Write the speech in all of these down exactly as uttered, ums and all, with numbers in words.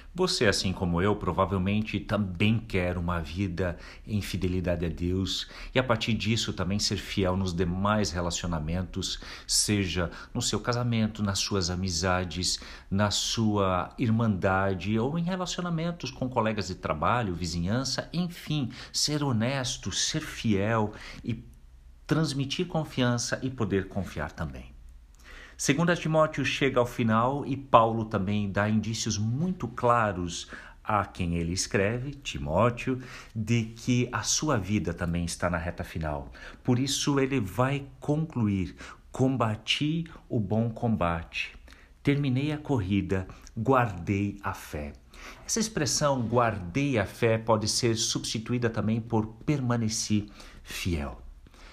Você, assim como eu, provavelmente também quer uma vida em fidelidade a Deus e, a partir disso, também ser fiel nos demais relacionamentos, seja no seu casamento, nas suas amizades, na sua irmandade ou em relacionamentos com colegas de trabalho, vizinhança, enfim, ser honesto, ser fiel e transmitir confiança e poder confiar também. Segunda Timóteo chega ao final e Paulo também dá indícios muito claros a quem ele escreve, Timóteo, de que a sua vida também está na reta final. Por isso ele vai concluir: combati o bom combate, terminei a corrida, guardei a fé. Essa expressão guardei a fé pode ser substituída também por permaneci fiel.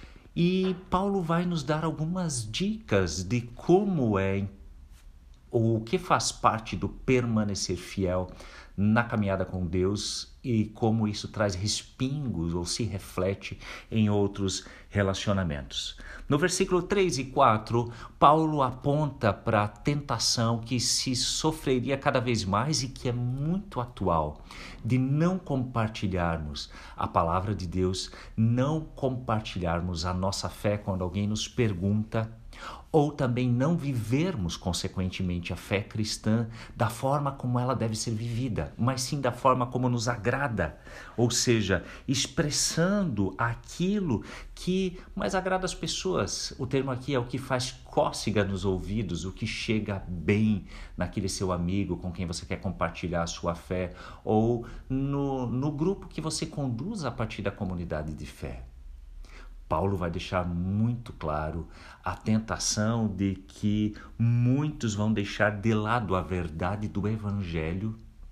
E Paulo vai nos dar algumas dicas de como é ou o que faz parte do permanecer fiel na caminhada com Deus e como isso traz respingos ou se reflete em outros relacionamentos. No versículo três e quatro, Paulo aponta para a tentação que se sofreria cada vez mais e que é muito atual, de não compartilharmos a palavra de Deus, não compartilharmos a nossa fé quando alguém nos pergunta, ou também não vivermos, consequentemente, a fé cristã da forma como ela deve ser vivida, mas sim da forma como nos agrada, ou seja, expressando aquilo que mais agrada as pessoas. O termo aqui é o que faz cócega nos ouvidos, o que chega bem naquele seu amigo com quem você quer compartilhar a sua fé, ou no, no grupo que você conduz a partir da comunidade de fé. Paulo vai deixar muito claro a tentação de que muitos vão deixar de lado a verdade do Evangelho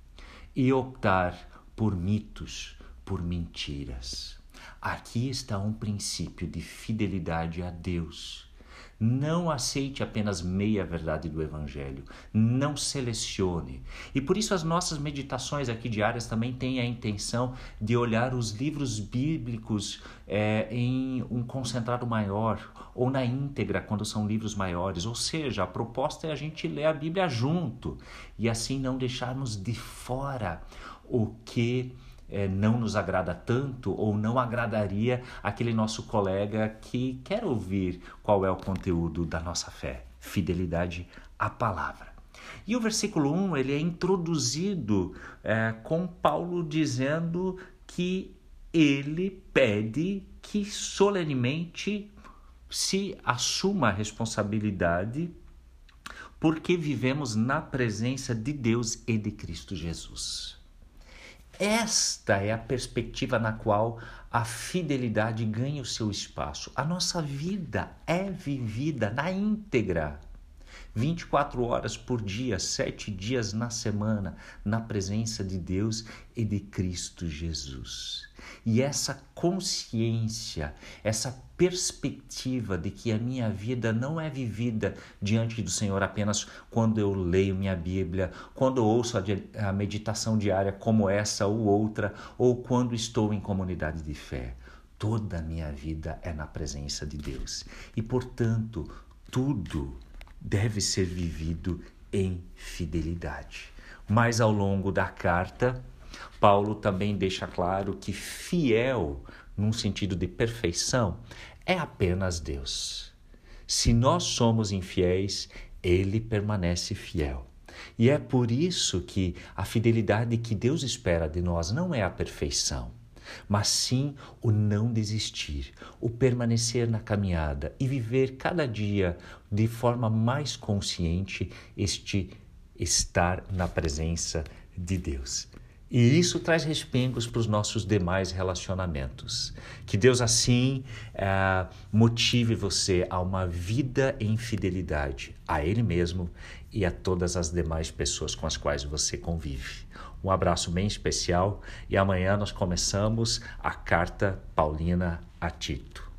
e optar por mitos, por mentiras. Aqui está um princípio de fidelidade a Deus. Não aceite apenas meia verdade do Evangelho, não selecione. E por isso as nossas meditações aqui diárias também têm a intenção de olhar os livros bíblicos é, em um concentrado maior, ou na íntegra quando são livros maiores. Ou seja, a proposta é a gente ler a Bíblia junto e assim não deixarmos de fora o que É, não nos agrada tanto ou não agradaria aquele nosso colega que quer ouvir qual é o conteúdo da nossa fé, fidelidade à palavra. E o versículo um, ele é introduzido é, com Paulo dizendo que ele pede que solenemente se assuma a responsabilidade porque vivemos na presença de Deus e de Cristo Jesus. Esta é a perspectiva na qual a fidelidade ganha o seu espaço. A nossa vida é vivida na íntegra, vinte e quatro horas por dia, sete dias na semana, na presença de Deus e de Cristo Jesus. E essa consciência, essa perspectiva de que a minha vida não é vivida diante do Senhor apenas quando eu leio minha Bíblia, quando eu ouço a meditação diária como essa ou outra, ou quando estou em comunidade de fé. Toda a minha vida é na presença de Deus. E, portanto, tudo deve ser vivido em fidelidade. Mas ao longo da carta, Paulo também deixa claro que fiel, num sentido de perfeição, é apenas Deus. Se nós somos infiéis, Ele permanece fiel. E é por isso que a fidelidade que Deus espera de nós não é a perfeição, mas sim o não desistir, o permanecer na caminhada e viver cada dia de forma mais consciente este estar na presença de Deus. E isso traz respingos para os nossos demais relacionamentos. Que Deus assim eh, motive você a uma vida em fidelidade a Ele mesmo e a todas as demais pessoas com as quais você convive. Um abraço bem especial e amanhã nós começamos a Carta Paulina a Tito.